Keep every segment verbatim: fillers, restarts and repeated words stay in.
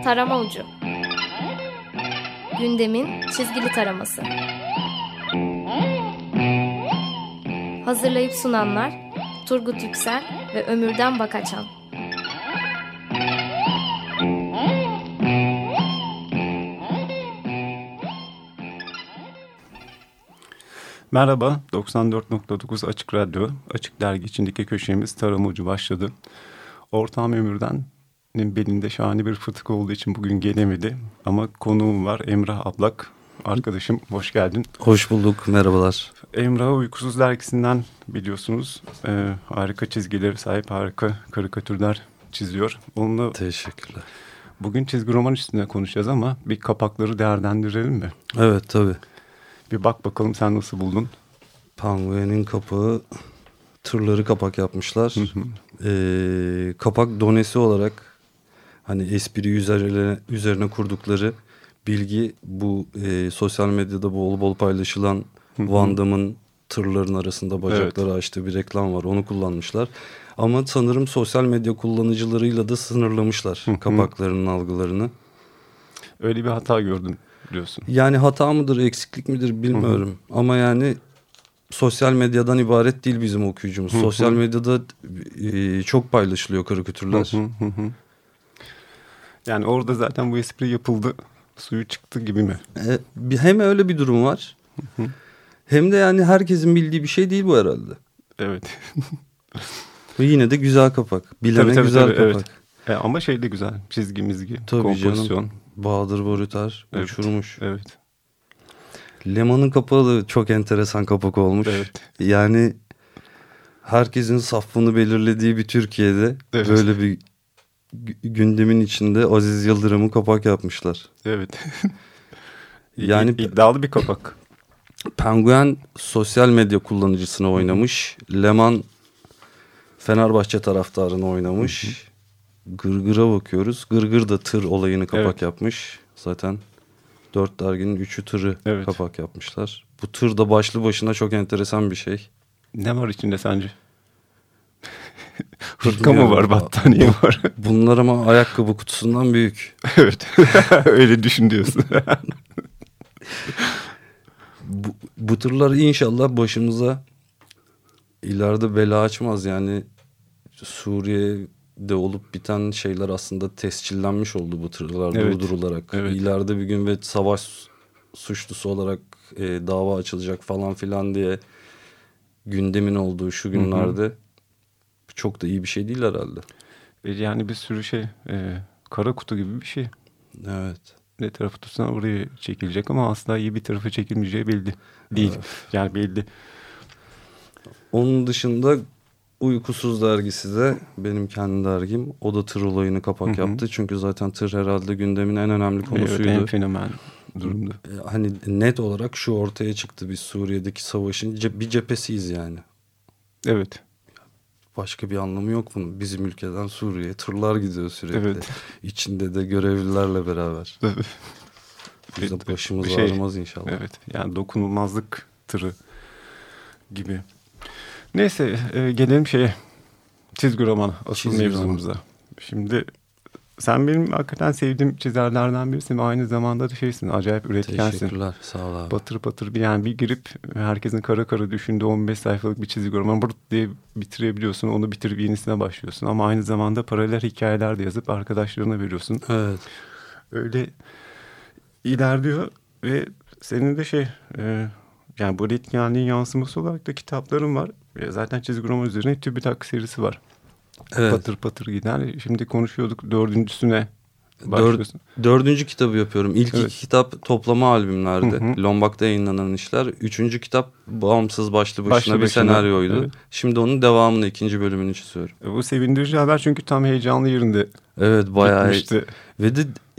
Tarama Ucu. Gündemin çizgili taraması. Hazırlayıp sunanlar Turgut Yüksel ve Ömürden Bakaçan. Merhaba, doksan dört nokta dokuz Açık Radyo, Açık Dergi içindeki köşemiz Tarama Ucu başladı. Ortağım Ömürden'in belinde şahane bir fıtık olduğu için bugün gelemedi. Ama konuğum var, Emrah Ablak. Arkadaşım, hoş geldin. Hoş bulduk, merhabalar. Emrah Uykusuz Dergisi'nden biliyorsunuz. Ee, harika çizgileri sahip, harika karikatürler çiziyor. Onunla Teşekkürler. Bugün çizgi roman üstüne konuşacağız ama bir kapakları değerlendirelim mi? Evet, tabii. Bir bak bakalım, sen nasıl buldun? Penguen'in kapağı, tırları kapak yapmışlar. Hı hı. Ee, kapak donesi olarak hani espri üzerine, üzerine kurdukları bilgi bu e, sosyal medyada bol bol paylaşılan hı hı. Van Damme'ın tırların arasında bacakları evet. açtığı bir reklam var. Onu kullanmışlar. Ama sanırım sosyal medya kullanıcılarıyla da sınırlamışlar hı hı. kapaklarının algılarını. Öyle bir hata gördüm diyorsun. Yani hata mıdır, eksiklik midir bilmiyorum. Hı hı. Ama yani sosyal medyadan ibaret değil bizim okuyucumuz. Hı hı. Sosyal medyada e, çok paylaşılıyor karikatürler. Hı hı hı. Yani orada zaten bu espri yapıldı, suyu çıktı gibi mi? E, hem öyle bir durum var. Hı hı. Hem de yani herkesin bildiği bir şey değil bu herhalde. Evet. Ve yine de güzel kapak. Bilene tabii, tabii, güzel tabii, kapak. Evet. E, ama şey de güzel. Çizgi mizgi, tabii kompozisyon. Canım. Bahadır Boruter evet, uçurmuş. Evet. Leman'ın kapağı da çok enteresan kapak olmuş. Evet. Yani herkesin safını belirlediği bir Türkiye'de evet. böyle bir gündemin içinde Aziz Yıldırım'ın kapak yapmışlar. Evet. Yani iddialı bir kapak. Penguen sosyal medya kullanıcısını oynamış. Leman Fenerbahçe taraftarını oynamış. Hı hı. Gırgır'a bakıyoruz. Gırgır da tır olayını kapak evet. yapmış. Zaten dört derginin üçü tırı evet. kapak yapmışlar. Bu tır da başlı başına çok enteresan bir şey. Ne var içinde sence? Hırka mı var, battaniye var? Bunlar ama ayakkabı kutusundan büyük. Evet. Öyle düşün diyorsun. bu, bu tırlar inşallah başımıza ileride bela açmaz. Yani Suriye'de olup biten şeyler aslında tescillenmiş oldu bu tırlar evet. durdurularak. Evet. İleride bir gün ve savaş suçlusu olarak e, dava açılacak falan filan diye gündemin olduğu şu günlerde hı hı. çok da iyi bir şey değil herhalde. Yani bir sürü şey e, kara kutu gibi bir şey. Evet. Ne tarafı tutsan oraya çekilecek ama asla iyi bir tarafı çekilmeyeceği belli değil. Evet. Yani belli. Onun dışında Uykusuz Dergisi de benim kendi dergim. O da tır olayını kapak hı hı. yaptı. Çünkü zaten tır herhalde gündemin en önemli konusuydu. Evet, en fenomen durumda. Hani net olarak şu ortaya çıktı. Biz Suriye'deki savaşın ce- bir cephesiyiz yani. Evet. Başka bir anlamı yok bunun. Bizim ülkeden Suriye'ye tırlar gidiyor sürekli. Evet. İçinde de görevlilerle beraber. Evet. Bizim başımız şey, ağrımaz inşallah. Evet. Yani dokunulmazlık tırı gibi. Neyse e, gelelim şeye. Çizgi roman. Asıl çizgi mevzumuza. Roman. Şimdi sen benim hakikaten sevdiğim çizerlerden birisin. Aynı zamanda da şeysin. Acayip üretkensin. Teşekkürler. Sağ ol abi. Patır patır bir yani bir girip herkesin kara kara düşündüğü on beş sayfalık bir çizgi roman bırt diye bitirebiliyorsun. Onu bitirip yenisine başlıyorsun. Ama aynı zamanda paralel hikayeler de yazıp arkadaşlarına veriyorsun. Evet. Öyle ilerliyor ve senin de şey e, yani bu üretkenliğin yansıması olarak da kitapların var. E, zaten çizgi roman üzerine TÜBİTAK serisi var. Evet. Patır patır gider. Şimdi konuşuyorduk dördüncüsüne başlıyorsun. Dör, dördüncü kitabı yapıyorum. İlk evet. iki kitap toplama albümlerde. Hı hı. Lombak'ta yayınlanan işler. Üçüncü kitap bağımsız başlı başına başlı bir başına. senaryoydu. Evet. Şimdi onun devamını, ikinci bölümünü çiziyorum. E, bu sevindirici haber çünkü tam heyecanlı yerinde. Evet, bayağı. Gitmişti. Ve de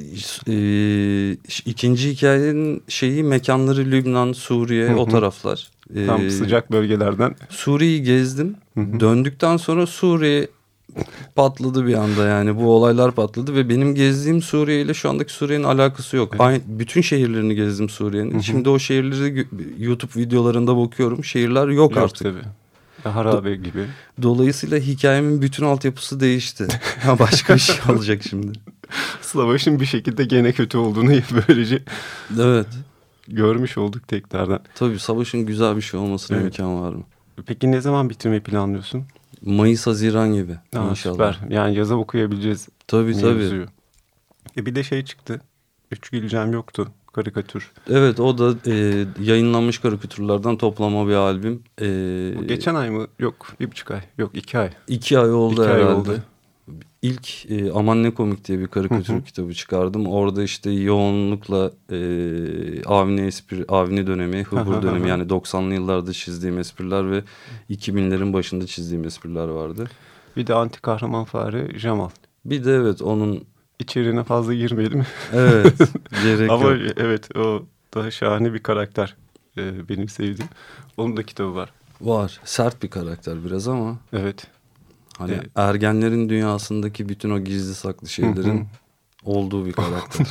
e, ikinci hikayenin şeyi mekanları Lübnan, Suriye, hı hı. o taraflar. Tam e, sıcak bölgelerden. Suriye'yi gezdim. Hı hı. Döndükten sonra Suriye patladı bir anda yani. Bu olaylar patladı ve benim gezdiğim Suriye ile şu andaki Suriye'nin alakası yok. Evet. Aynı, bütün şehirlerini gezdim Suriye'nin. Hı hı. Şimdi o şehirleri YouTube videolarında bakıyorum. Şehirler yok, yok artık. Tabii. Harabe Do- gibi. Dolayısıyla hikayemin bütün altyapısı değişti. Başka bir şey olacak şimdi. Savaş'ın bir şekilde gene kötü olduğunu böylece Evet. görmüş olduk tekrardan. Tabii Savaş'ın güzel bir şey olmasına Evet. imkan var mı? Peki ne zaman bitirmeyi planlıyorsun? Mayıs, Haziran gibi Aa, inşallah. süper. Yani yaza okuyabileceğiz. Tabii mevzuyu. tabii. E bir de şey çıktı. Üç Gülcem yoktu. Karikatür. Evet, o da e, yayınlanmış karikatürlerden toplama bir albüm. E, Bu geçen ay mı? Yok. Bir buçuk ay. Yok iki ay. iki ay oldu İki ay herhalde. oldu. İlk e, Aman Ne Komik diye bir karikatür Hı hı. kitabı çıkardım. Orada işte yoğunlukla e, Avni espri, Avni dönemi, Hıbır dönemi, yani doksanlı yıllarda çizdiğim espriler ve iki binlerin başında çizdiğim espriler vardı. Bir de anti kahraman fare Jamal. Bir de evet onun... İçeriğine fazla girmeyelim. Evet, gerek Ama yok. evet, o daha şahane bir karakter. Ee, benim sevdiğim. Onun da kitabı var. Var. Sert bir karakter biraz ama Evet. hani Evet. ergenlerin dünyasındaki bütün o gizli saklı şeylerin olduğu bir karakter.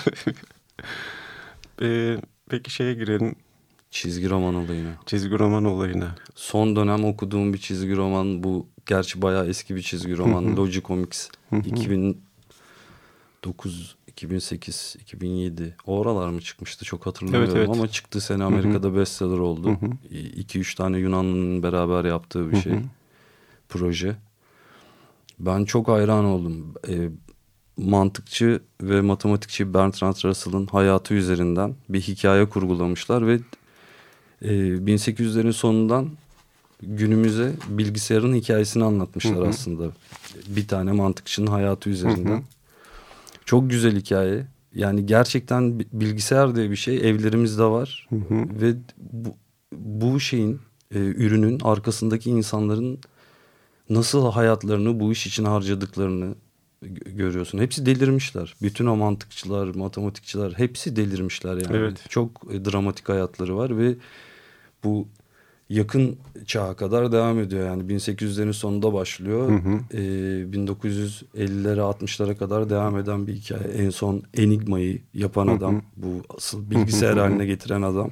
Ee, peki şeye girelim. Çizgi roman olayına. Çizgi roman olayına. Son dönem okuduğum bir çizgi roman bu. Gerçi bayağı eski bir çizgi roman. Logi Comics. iki bin dokuz, iki bin sekiz, iki bin yedi o aralar mı çıkmıştı çok hatırlamıyorum, evet, evet. ama çıktığı sene Amerika'da bestseller oldu. iki üç tane Yunanlı'nın beraber yaptığı bir şey. Proje. Ben çok hayran oldum. E, mantıkçı ve matematikçi Bertrand Russell'ın hayatı üzerinden bir hikaye kurgulamışlar ve e, bin sekiz yüzlerin sonundan günümüze bilgisayarın hikayesini anlatmışlar hı hı. aslında. Bir tane mantıkçının hayatı üzerinden. Hı hı. Çok güzel hikaye. Yani gerçekten bilgisayar diye bir şey evlerimizde var. Hı hı. Ve bu, bu şeyin, e, ürünün arkasındaki insanların nasıl hayatlarını bu iş için harcadıklarını görüyorsun. Hepsi delirmişler. Bütün o mantıkçılar, matematikçiler hepsi delirmişler yani. Evet. Çok e, dramatik hayatları var ve bu yakın çağa kadar devam ediyor. Yani bin sekiz yüzlerin sonunda başlıyor. Hı hı. E, bin dokuz yüz ellilere altmışlara kadar devam eden bir hikaye. En son Enigma'yı yapan adam. Hı hı. Bu asıl bilgisayar haline getiren adam.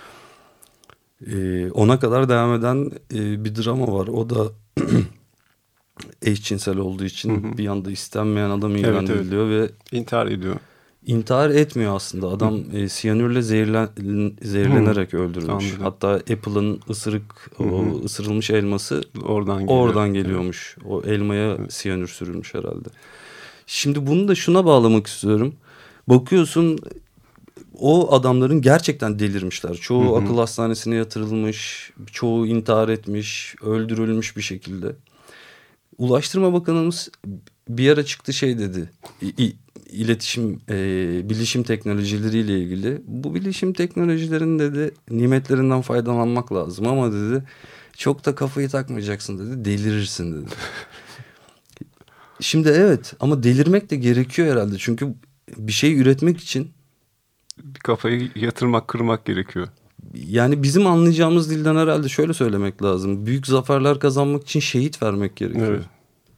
E, ona kadar devam eden e, bir drama var. O da eşcinsel olduğu için hı hı. bir yanda istenmeyen adam ilan evet, ediliyor evet. ve intihar ediyor. İntihar etmiyor aslında. Adam e, siyanürle zehirlen, zehirlenerek hı. öldürülmüş. Anladım. Hatta Apple'ın ısırık hı hı. o ısırılmış elması oradan, geliyor. oradan geliyormuş. Evet. O elmaya evet. siyanür sürülmüş herhalde. Şimdi bunu da şuna bağlamak istiyorum. Bakıyorsun o adamların gerçekten delirmişler. Çoğu hı hı. akıl hastanesine yatırılmış, çoğu intihar etmiş, öldürülmüş bir şekilde. Ulaştırma Bakanımız bir ara çıktı şey dedi. İ, iletişim, e, bilişim teknolojileriyle ilgili. Bu bilişim teknolojilerin dedi nimetlerinden faydalanmak lazım ama dedi çok da kafayı takmayacaksın dedi. Delirirsin dedi. Şimdi evet ama delirmek de gerekiyor herhalde. Çünkü bir şey üretmek için bir kafayı yatırmak, kırmak gerekiyor. Yani bizim anlayacağımız dilden herhalde şöyle söylemek lazım. Büyük zaferler kazanmak için şehit vermek gerekiyor. Evet.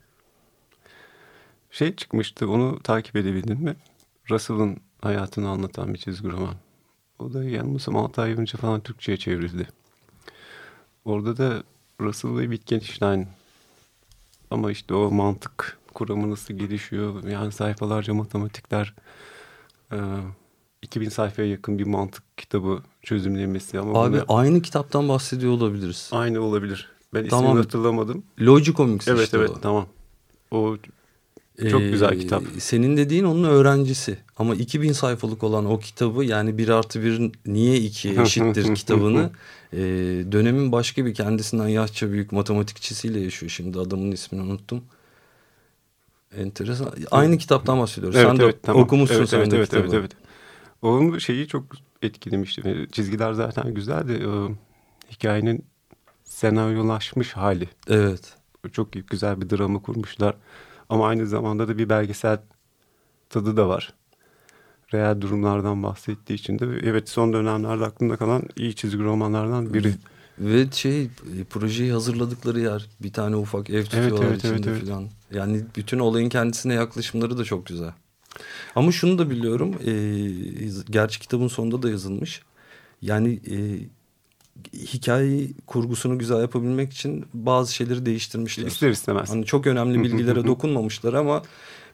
Şey çıkmıştı, onu takip edebildin mi? Russell'ın hayatını anlatan bir çizgi roman. O da yanılmıyorsam altı ay önce falan Türkçe'ye çevrildi. Orada da Russell ve Wittgenstein ama işte o mantık kuramı nasıl gelişiyor? Yani sayfalarca matematikler, iki bin sayfaya yakın bir mantık kitabı çözümlemesi. Ama abi bunu... aynı kitaptan bahsediyor olabiliriz. Aynı olabilir. Ben tamam. ismini hatırlamadım. Logi Comics evet, işte evet, o. Evet tamam. O çok ee, güzel kitap. Senin dediğin onun öğrencisi. Ama iki bin sayfalık olan o kitabı yani bir artı bir niye iki eşittir kitabını e, dönemin başka bir kendisinden yaşça büyük matematikçisiyle yaşıyor. Şimdi adamın ismini unuttum. Enteresan. Aynı kitaptan bahsediyoruz. Evet, sen evet, de tamam. okumuşsun evet, sen evet, de evet, kitabı. Evet, evet. Onun şeyi çok etkilemişti. Çizgiler zaten güzeldi. O, hikayenin senaryolaşmış hali. Evet. Çok güzel bir drama kurmuşlar. Ama aynı zamanda da bir belgesel tadı da var. Real durumlardan bahsettiği için de evet son dönemlerde aklımda kalan iyi çizgi romanlardan biri. Ve şey projeyi hazırladıkları yer bir tane ufak ev tutuyorlar evet, evet, içinde evet, falan. Evet. Yani bütün olayın kendisine yaklaşımları da çok güzel. Ama şunu da biliyorum e, gerçi kitabın sonunda da yazılmış. Yani e, hikaye kurgusunu güzel yapabilmek için bazı şeyleri değiştirmişler. İster istemez. Hani çok önemli bilgilere dokunmamışlar ama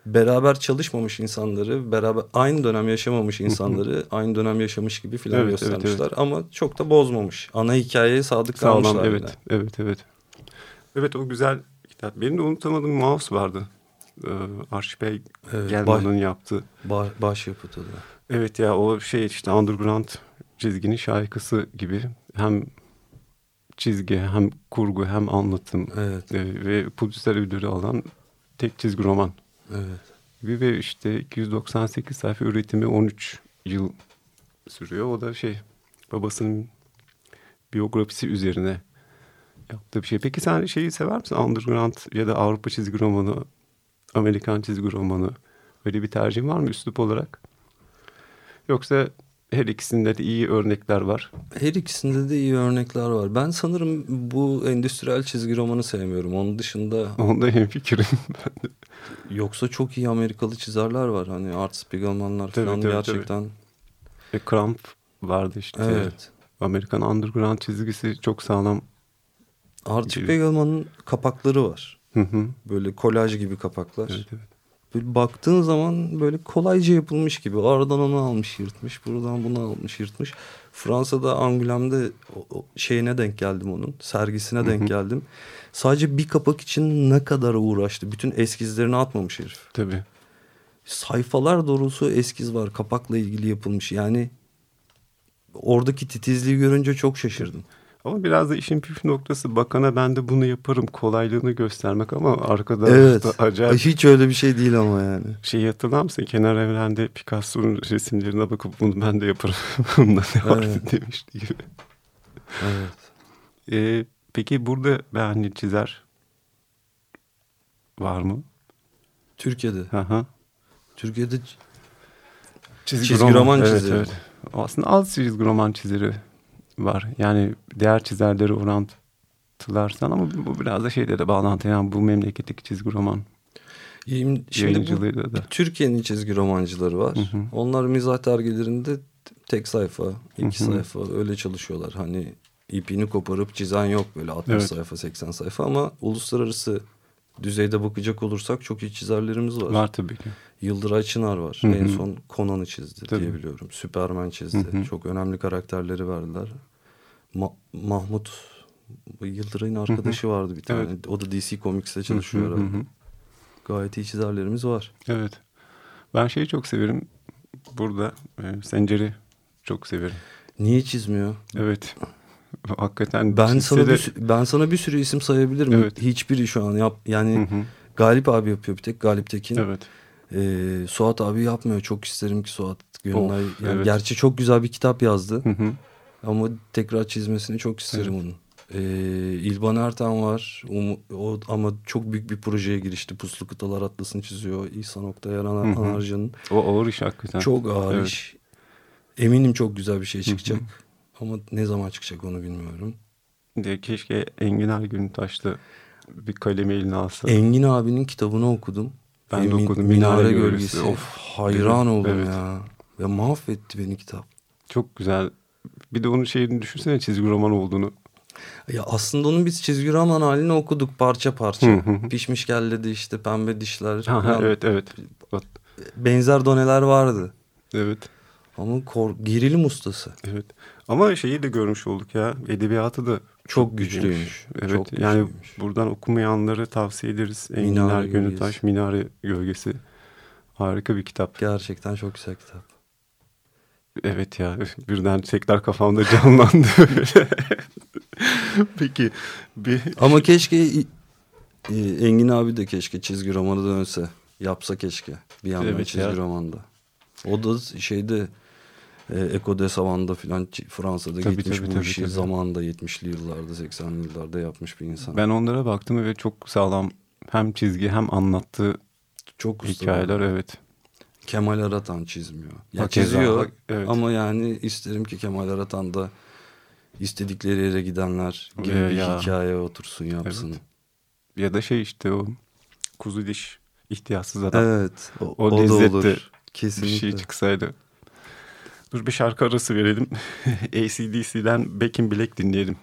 beraber çalışmamış insanları, beraber aynı dönem yaşamamış insanları aynı dönem yaşamış gibi filan Evet, göstermişler. evet, evet. Ama çok da bozmamış. Ana hikayeye sadık Sağlam, kalmışlar. evet, yine. evet, evet. Evet, o güzel kitap. Benim de unutamadığım Mouse vardı. Ee, Archipel Evet, Gelman'ın yaptığı. Baş, başyapıtı da. Evet ya, o şey işte underground çizginin şarkısı gibi. Hem çizgi, hem kurgu, hem anlatım. Evet. Ee, ve Pulitzer ödülü alan tek çizgi roman. Evet. Gibi ve işte iki yüz doksan sekiz sayfa, üretimi on üç yıl sürüyor. O da şey, babasının biyografisi üzerine yaptığı bir şey. Peki sen şeyi sever misin? Underground ya da Avrupa çizgi romanı, Amerikan çizgi romanı. Öyle bir tercihin var mı üslup olarak? Yoksa her ikisinde de iyi örnekler var. Her ikisinde de iyi örnekler var. Ben sanırım bu endüstriyel çizgi romanı sevmiyorum. Onun dışında... Onda hemfikirim. Yoksa çok iyi Amerikalı çizerler var. Hani Art Spiegelman'lar Tabii, falan tabii, gerçekten. E, Crump vardı işte. Evet. Amerikan underground çizgisi çok sağlam. Art Spiegelman'ın kapakları var. Hı hı. Böyle kolaj gibi kapaklar. Evet, evet. Böyle baktığın zaman böyle kolayca yapılmış gibi. Aradan onu almış yırtmış. Buradan bunu almış yırtmış. Fransa'da Angoulême'de o, o şeyine denk geldim onun. Sergisine Hı hı. denk geldim. Sadece bir kapak için ne kadar uğraştı. Bütün eskizlerini atmamış herif. Tabii. Sayfalar dolusu eskiz var. Kapakla ilgili yapılmış. Yani oradaki titizliği görünce çok şaşırdım. Ama biraz da işin püf noktası, bakana ben de bunu yaparım kolaylığını göstermek, ama arkada Evet. da acayip. Hiç öyle bir şey değil ama yani. Şeyi hatırlar mısın? Kenar evrende Picasso'nun resimlerine bakıp bunu ben de yaparım. Bunda ne var Evet. demişti gibi. Evet. Ee, peki burada beğendiğin çizer var mı? Türkiye'de. Aha. Türkiye'de Çizgi, çizgi roman, roman evet, çizeri. evet. Aslında az çizgi roman çizeri var. Yani diğer çizerleri orantılarsan, ama bu biraz da şeyde de bağlantı. Yani bu memleketteki çizgi roman Şimdi bu yayıncılığıyla da. Türkiye'nin çizgi romancıları var. Hı hı. Onlar mizah dergilerinde tek sayfa, iki Hı hı. sayfa öyle çalışıyorlar. Hani ipini koparıp çizen yok böyle altmış Evet. sayfa, seksen sayfa, ama uluslararası düzeyde bakacak olursak çok iyi çizerlerimiz var. Var tabii ki. Yıldıray Çınar var. Hı hı. En son Conan'ı çizdi Tabii. diye biliyorum. Superman çizdi. Hı hı. Çok önemli karakterleri verdiler. Ma- Mahmut Yıldıray'ın arkadaşı vardı bir tane. Evet. O da D C Comics'te çalışıyor Hı hı, herhalde. hı hı. Gayet iyi çizerlerimiz var. Evet. Ben şeyi çok severim. Burada e, Sencer'i çok severim. Niye çizmiyor? Evet. Hakikaten Ben çizse sana de... bir sü- ben sana bir sürü isim sayabilirim. Evet. Hiçbiri şu an yap yani Hı hı. Galip abi yapıyor bir tek, Galip Tekin. Evet. Ee, Suat abi yapmıyor. Çok isterim ki Suat Gönlay. Of, Yani evet. gerçi çok güzel bir kitap yazdı. Hı hı. Ama tekrar çizmesini çok isterim Evet. onun. Ee, İlban Ertan var. O, o ama çok büyük bir projeye girişti. Puslu Kıtalar Atlas'ını çiziyor. İhsan Oktay Aran Hı hı. Anarcı'nın. O ağır iş hakikaten. Çok ağır Evet. iş. Eminim çok güzel bir şey çıkacak. Hı Ama ne zaman çıkacak onu bilmiyorum. De, keşke Engin Ergüntaş'ta bir kalemi eline alsa. Engin abinin kitabını okudum. Ben de Min- okudum. Minare, Minare Gölgesi. Gölgesi. Of, hayran Evet, oldum evet. ya. Ve mahvetti beni kitap. Çok güzel. Bir de onun şeyini düşünsene, çizgi roman olduğunu. Ya aslında onun biz çizgi roman halini okuduk parça parça. Hı hı. Pişmiş kelledi işte, pembe dişler. Ha, ha, falan. evet, evet. Benzer doneler vardı. Evet. Ama kor- gerilim ustası. Evet. Ama şeyi de görmüş olduk ya. Edebiyatı da Çok, çok güçlüymüş. Evet. Çok yani güçlüymüş. buradan okumayanları tavsiye ederiz. Minare Enginar Gölgesi. Gönültaş, Minare Gölgesi. Harika bir kitap. Gerçekten çok güzel kitap. Evet ya. Birden tekrar kafamda canlandı böyle. Peki. Bir... Ama keşke e, Engin abi de keşke çizgi romanı dönse. Yapsa keşke. Bir yandan Evet çizgi ya. romanda. O da şeyde e, Eko de Savan'da filan Fransa'da Tabii, gitmiş tabii, bu tabii, işi tabii. zamanında yetmişli yıllarda, seksenli yıllarda yapmış bir insan. Ben onlara baktım ve çok sağlam, hem çizgi hem anlattığı çok usta hikayeler, bu. evet. Kemal Aratan çizmiyor. Ya Hakeza, çiziyor hak- evet. ama yani isterim ki Kemal Aratan da istedikleri yere gidenler gibi Ee, bir ya. hikaye otursun, yapsın. Evet. Ya da şey işte o kuzu diş ihtiyatsız adam. Evet. O, O, o da lezzette olur. bir Kesinlikle. şey çıksaydı. Dur bir şarkı arası verelim. A C D C'den Back in Black dinleyelim.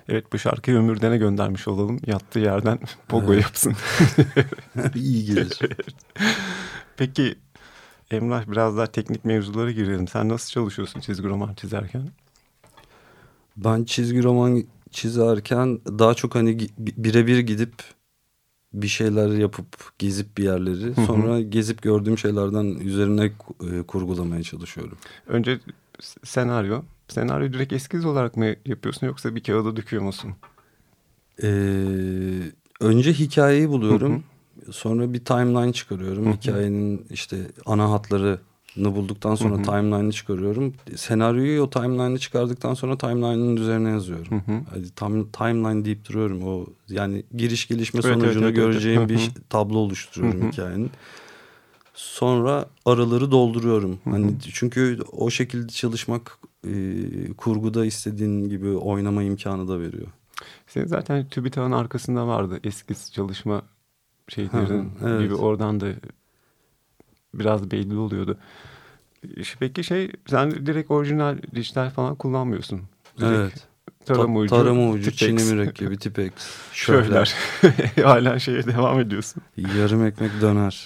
Evet, bu şarkıyı Ömürden'e göndermiş olalım. Yattığı yerden pogo Evet. yapsın. İyi gelir. Peki Emrah, biraz daha teknik mevzulara girelim. Sen nasıl çalışıyorsun çizgi roman çizerken? Ben çizgi roman çizerken daha çok hani gi- birebir gidip bir şeyler yapıp gezip bir yerleri, Hı hı. sonra gezip gördüğüm şeylerden üzerine e, kurgulamaya çalışıyorum. Önce s- senaryo. Senaryo direkt eskiz olarak mı yapıyorsun yoksa bir kağıda döküyor musun? Ee, önce hikayeyi Hı hı. buluyorum. Sonra bir timeline çıkarıyorum. Hı hı. Hikayenin işte ana hatlarını bulduktan sonra Hı hı. timeline'ı çıkarıyorum. Senaryoyu o timeline'ı çıkardıktan sonra timeline'ın üzerine yazıyorum. Hı hı. Hadi tam timeline deyip duruyorum. O yani giriş gelişme Evet, sonucunu evet, evet, evet. göreceğim Hı bir hı. tablo oluşturuyorum Hı hı. hikayenin. Sonra araları dolduruyorum. Hı hı. Hani çünkü o şekilde çalışmak e, kurguda istediğin gibi oynama imkanı da veriyor. Senin zaten TÜBİTAK'ın arkasında vardı eskiz çalışma Hı hı, şeylerin gibi, evet. oradan da biraz belli oluyordu. İş- Peki şey, sen direkt orijinal dijital falan kullanmıyorsun. Direkt Evet. tarama Ta- ucu, tarama ucu, Tipex, çini mürekkebi, Tipex, şöhler. şöhler, Hala şeye devam ediyorsun. yarım ekmek döner.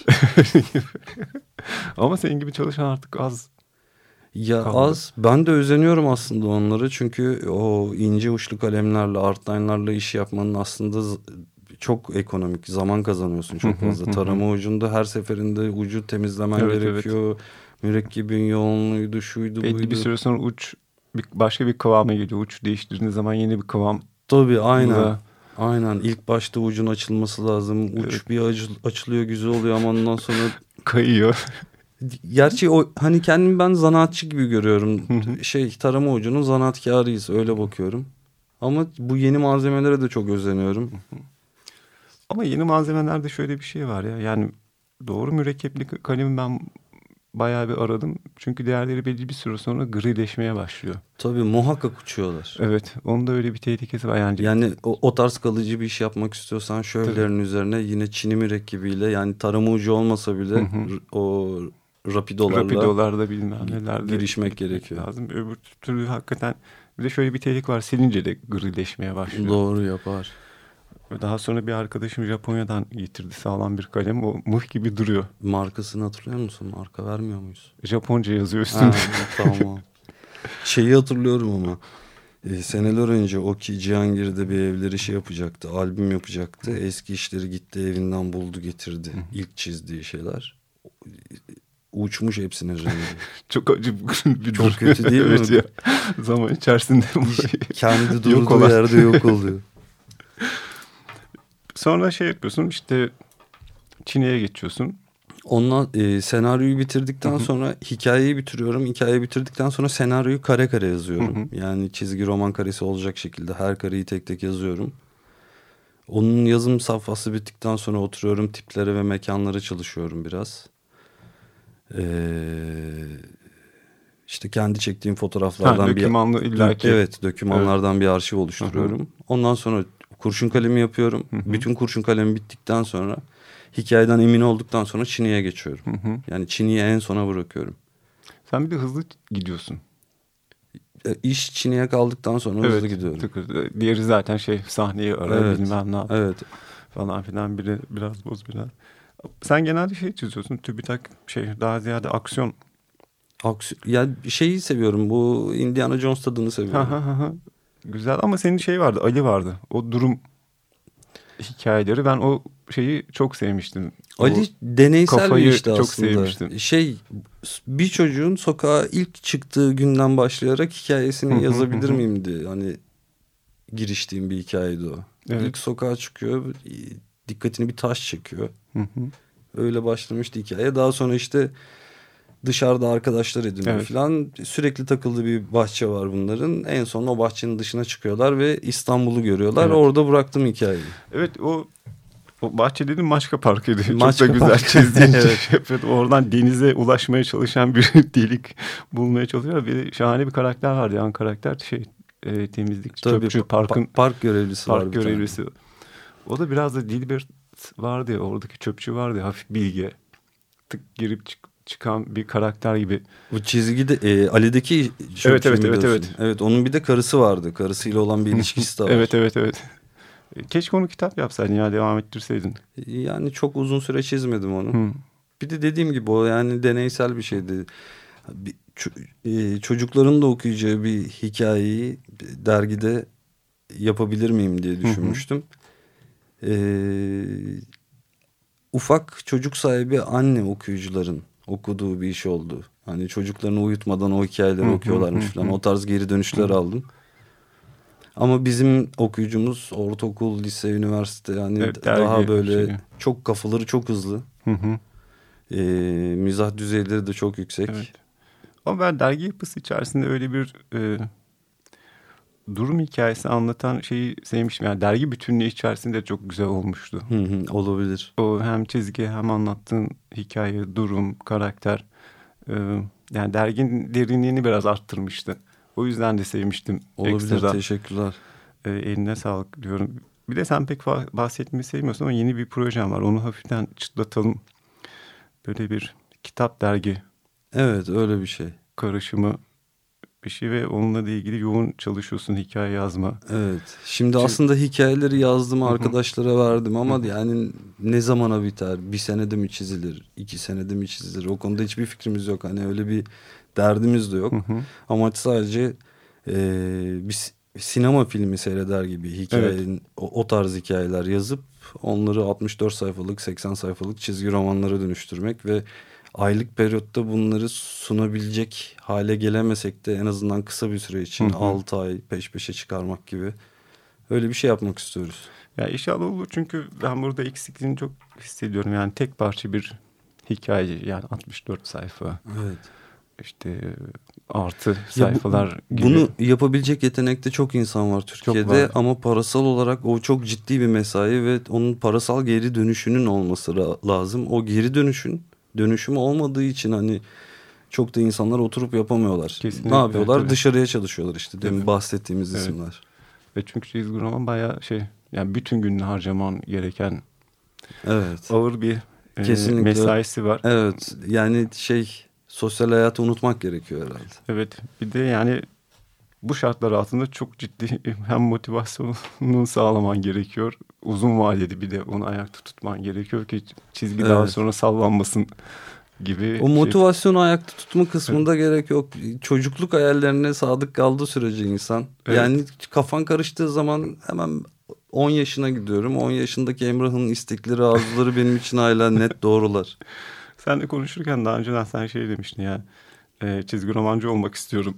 Ama senin gibi çalışan artık az Ya kaldı. az. Ben de özeniyorum aslında onları. Çünkü o ince uçlu kalemlerle, artline'larla iş yapmanın aslında z- çok ekonomik. Zaman kazanıyorsun çok fazla. Tarama ucunda her seferinde ucu temizlemen Evet, evet. gerekiyor. Mürekkebin yoğunluğuydu, şuydu, Belli bir buydu. süre sonra uç bir, başka bir kıvama geliyor. Uç değiştirdiğiniz zaman yeni bir kıvamla Tabii aynen. Aynen. İlk başta ucun açılması lazım. Uç evet, bir acı- açılıyor, güzel oluyor ama ondan sonra kayıyor. gerçi o hani kendimi ben zanaatçı gibi görüyorum. Şey tarama ucunun zanaatkarıyız öyle bakıyorum. Ama bu yeni malzemelere de çok özeniyorum. Ama yeni malzemelerde şöyle bir şey var ya. Yani doğru mürekkepli k- kalemi ben bayağı bir aradım. Çünkü değerleri belli bir süre sonra grileşmeye başlıyor. Tabii muhakkak uçuyorlar. Evet, onun da öyle bir tehlikesi var. Yani Yani o, o tarz kalıcı bir iş yapmak istiyorsan tabii. şöhlerin üzerine yine çini mürekkebiyle yani tarama ucu olmasa bile Hı hı. r- o rapidolarla rapidolarda bilmem gi- nelerde girişmek gitmek gerekiyor. lazım. Öbür türlü hakikaten bir de şöyle bir tehlike var. Silince de grileşmeye başlıyor. Doğru yapar. Ve daha sonra bir arkadaşım Japonya'dan getirdi sağlam bir kalem. O mıh gibi duruyor. Markasını hatırlıyor musun? Marka vermiyor muyuz? Japonca yazıyor üstünde. Ha, tamam. Şeyi hatırlıyorum ama e, seneler önce Oki Cihangir'de bir evleri şey yapacaktı. Albüm yapacaktı. Eski işleri gitti evinden buldu getirdi. İlk çizdiği şeyler. Uçmuş hepsinin rengi. Çok acı bir Çok durum. kötü değil mi? Evet ya. Zaman içerisinde Kendi yok durduğu olan. yerde yok oluyor. Sonra şey yapıyorsun işte, Çin'e geçiyorsun. Ondan e, senaryoyu bitirdikten Hı hı. sonra hikayeyi bitiriyorum. Hikayeyi bitirdikten sonra senaryoyu kare kare yazıyorum. Hı hı. Yani çizgi roman karesi olacak şekilde her kareyi tek tek yazıyorum. Onun yazım safhası bittikten sonra oturuyorum tiplere ve mekanlara çalışıyorum biraz. Ee, işte kendi çektiğim Ha, fotoğraflardan bir dokümanlı illaki. evet dokümanlardan bir arşiv oluşturuyorum. Hı hı. Ondan sonra kurşun kalemi yapıyorum. Hı hı. Bütün kurşun kalemi bittikten sonra hikayeden emin olduktan sonra çiniye geçiyorum. Hı hı. Yani çiniyi en sona bırakıyorum. Sen bir de hızlı gidiyorsun. E, iş çiniye kaldıktan sonra Evet. hızlı gidiyorum. Tıkır. Diğeri zaten şey, sahneyi arar Evet. bilmem ne yap Evet. falan filan, biri biraz boz biraz. Sen genelde şey çiziyorsun. TÜBİTAK şey daha ziyade aksiyon. Aksiyon, ya şeyi seviyorum. Bu Indiana Jones tadını Ha seviyorum. ha ha ha. Güzel ama senin şey vardı, Ali vardı. O durum hikayeleri, ben o şeyi çok sevmiştim. Ali O deneysel bir kafayı işte çok aslında. sevmiştim. Şey bir çocuğun sokağa ilk çıktığı günden başlayarak hikayesini yazabilir miyim diye. Hani giriştiğim bir hikayeydi o. Evet. İlk sokağa çıkıyor. Dikkatini bir taş çekiyor. Hı hı. Öyle başlamıştı hikaye. Daha sonra işte dışarıda arkadaşlar ediniyor Evet. falan. Sürekli takıldığı bir bahçe var bunların. En son o bahçenin dışına çıkıyorlar ve İstanbul'u görüyorlar. Evet. Orada bıraktım hikayeyi. Evet, o o bahçe dediğim Maçka Parkı'ydı. Çok Maçka da güzel Park. çizdiğin Evet. şey yapıyordu. Oradan denize ulaşmaya çalışan bir delik bulmaya çalışıyor. Bir de şahane bir karakter vardı. Yan karakter şey, e, temizlikçi, Tabii, çöpçü, pa- parkın park görevlisi var park bir tane. görevlisi. O da biraz da Dilbert vardı ya, oradaki çöpçü vardı ya, hafif bilge. Tık girip çık, çıkan bir karakter gibi. Bu çizgide e, Ali'deki evet evet evet evet. Evet, onun bir de karısı vardı. Karısıyla olan bir ilişkisi de var. evet evet evet. Keşke onu kitap yapsaydın ya, devam ettirseydin. Yani çok uzun süre çizmedim onu. Hı. Bir de dediğim gibi o yani deneysel bir şeydi. Bir, ç- çocukların da okuyacağı bir hikayeyi dergide yapabilir miyim diye düşünmüştüm. Hı hı. Ee, ufak çocuk sahibi anne okuyucuların okuduğu bir iş oldu. Hani çocuklarını uyutmadan o hikayeleri hı hı, okuyorlarmış hı, falan. Hı. O tarz geri dönüşler hı. aldım. Ama bizim okuyucumuz ortaokul, lise, üniversite yani evet, daha böyle şey. Çok kafaları çok hızlı. Hı hı. Ee, mizah düzeyleri de çok yüksek. Evet. Ama ben dergi yapısı içerisinde öyle bir e, durum hikayesi anlatan şeyi sevmiştim. Yani dergi bütünlüğü içerisinde çok güzel olmuştu. Hı hı, olabilir. O hem çizgi hem anlattığın hikaye, durum, karakter. E, yani derginin derinliğini biraz arttırmıştı. O yüzden de sevmiştim. Olabilir, ekstradan. Teşekkürler. E, eline sağlık diyorum. Bir de sen pek bahsetmeyi sevmiyorsun ama yeni bir projem var. Onu hafiften çıtlatalım. Böyle bir kitap dergi. Evet, öyle bir şey. Karışımı bir şey ve onunla da ilgili yoğun çalışıyorsun, hikaye yazma. Evet. Şimdi Çünkü... aslında hikayeleri yazdım, arkadaşlara verdim ama yani ne zamana biter? Bir senede mi çizilir? İki senede mi çizilir? O konuda hiçbir fikrimiz yok. Hani öyle bir derdimiz de yok. Amaç sadece e, bir sinema filmi seyreder gibi hikayenin evet. o, o tarz hikayeler yazıp onları altmış dört sayfalık, seksen sayfalık çizgi romanlara dönüştürmek ve aylık periyotta bunları sunabilecek hale gelemesek de en azından kısa bir süre için altı ay peş peşe çıkarmak gibi öyle bir şey yapmak istiyoruz. Ya inşallah olur, çünkü ben burada eksikliğini çok hissediyorum. Yani tek parça bir hikaye, yani altmış dört sayfa. Evet. İşte artı sayfalar ya bu, gibi. Bunu yapabilecek yetenekte çok insan var Türkiye'de var. Ama parasal olarak o çok ciddi bir mesai ve onun parasal geri dönüşünün olması lazım. O geri dönüşün dönüşümü olmadığı için hani çok da insanlar oturup yapamıyorlar. Kesinlikle, ne yapıyorlar? Evet, dışarıya çalışıyorlar işte. Demin evet. bahsettiğimiz evet. isimler. Ve çünkü çizgi roman bayağı şey, yani bütün gününü harcaman gereken evet. ağır bir e, mesaisi var. Evet. Yani şey, sosyal hayatı unutmak gerekiyor herhalde. Evet. Bir de yani bu şartlar altında çok ciddi hem motivasyonunu sağlaman gerekiyor. Uzun vadeli bir de onu ayakta tutman gerekiyor ki çizgi evet. daha sonra sallanmasın gibi. O motivasyonu şey... ayakta tutma kısmında evet. gerek yok. Çocukluk hayallerine sadık kaldığı sürece insan. Evet. Yani kafan karıştığı zaman hemen on yaşına gidiyorum. on yaşındaki Emrah'ın istekleri, arzuları benim için hala net doğrular. Sen de konuşurken daha önceden sen şey demiştin ya. E, çizgi romancı olmak istiyorum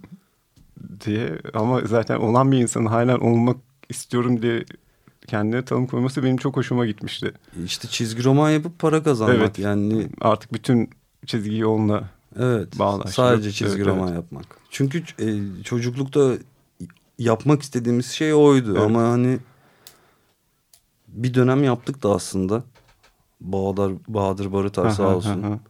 diye, ama zaten olan bir insanın halen olmak istiyorum diye kendine tanım koyması benim çok hoşuma gitmişti. İşte çizgi roman yapıp para kazanmak evet. yani. Artık bütün çizgiyi onunla evet, bağlaştırıp. Sadece çizgi evet, roman evet. yapmak. Çünkü e, çocuklukta yapmak istediğimiz şey oydu evet. ama hani bir dönem yaptık da aslında. Bahadır, Bahadır Barıtar sağ olsun.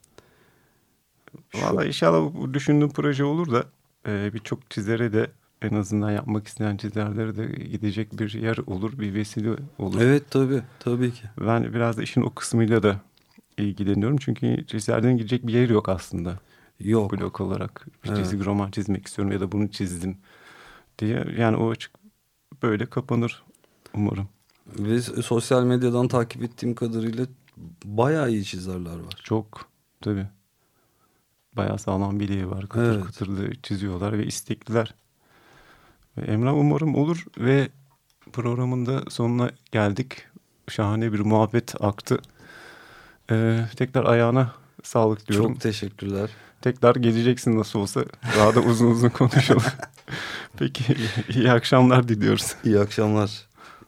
Valla inşallah bu düşündüğüm proje olur da e, birçok çizere de, en azından yapmak isteyen çizerlere de gidecek bir yer olur, bir vesile olur. Evet tabii, tabii ki. Ben biraz da işin o kısmıyla da ilgileniyorum. Çünkü çizerlerin gidecek bir yeri yok aslında. Yok. Blok olarak bir evet. çizgi roman çizmek istiyorum ya da bunu çizdim diye. Yani o açık böyle kapanır umarım. Ve sosyal medyadan takip ettiğim kadarıyla bayağı iyi çizerler var. Çok tabii. Bayağı sağlam bileği var. Kıtır evet. kıtırlı çiziyorlar ve istekliler. Ve Emrah, umarım olur ve programın da sonuna geldik. Şahane bir muhabbet aktı. Ee, tekrar ayağına sağlık diyorum. Çok teşekkürler. Tekrar geleceksin nasıl olsa. Daha da uzun uzun konuşalım. Peki, iyi akşamlar diliyoruz. İyi akşamlar.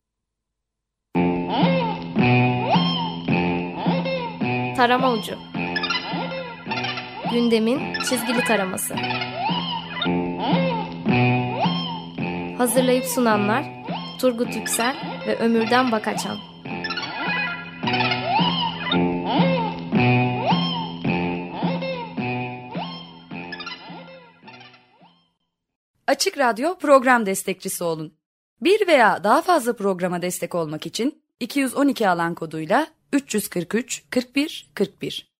Tarama Ucu. Gündemin çizgili taraması. Hazırlayıp sunanlar Turgut Yüksel ve Ömürden Bakaçan. Açık Radyo program destekçisi olun. Bir veya daha fazla programa destek olmak için iki yüz on iki alan koduyla üç yüz kırk üç kırk bir kırk bir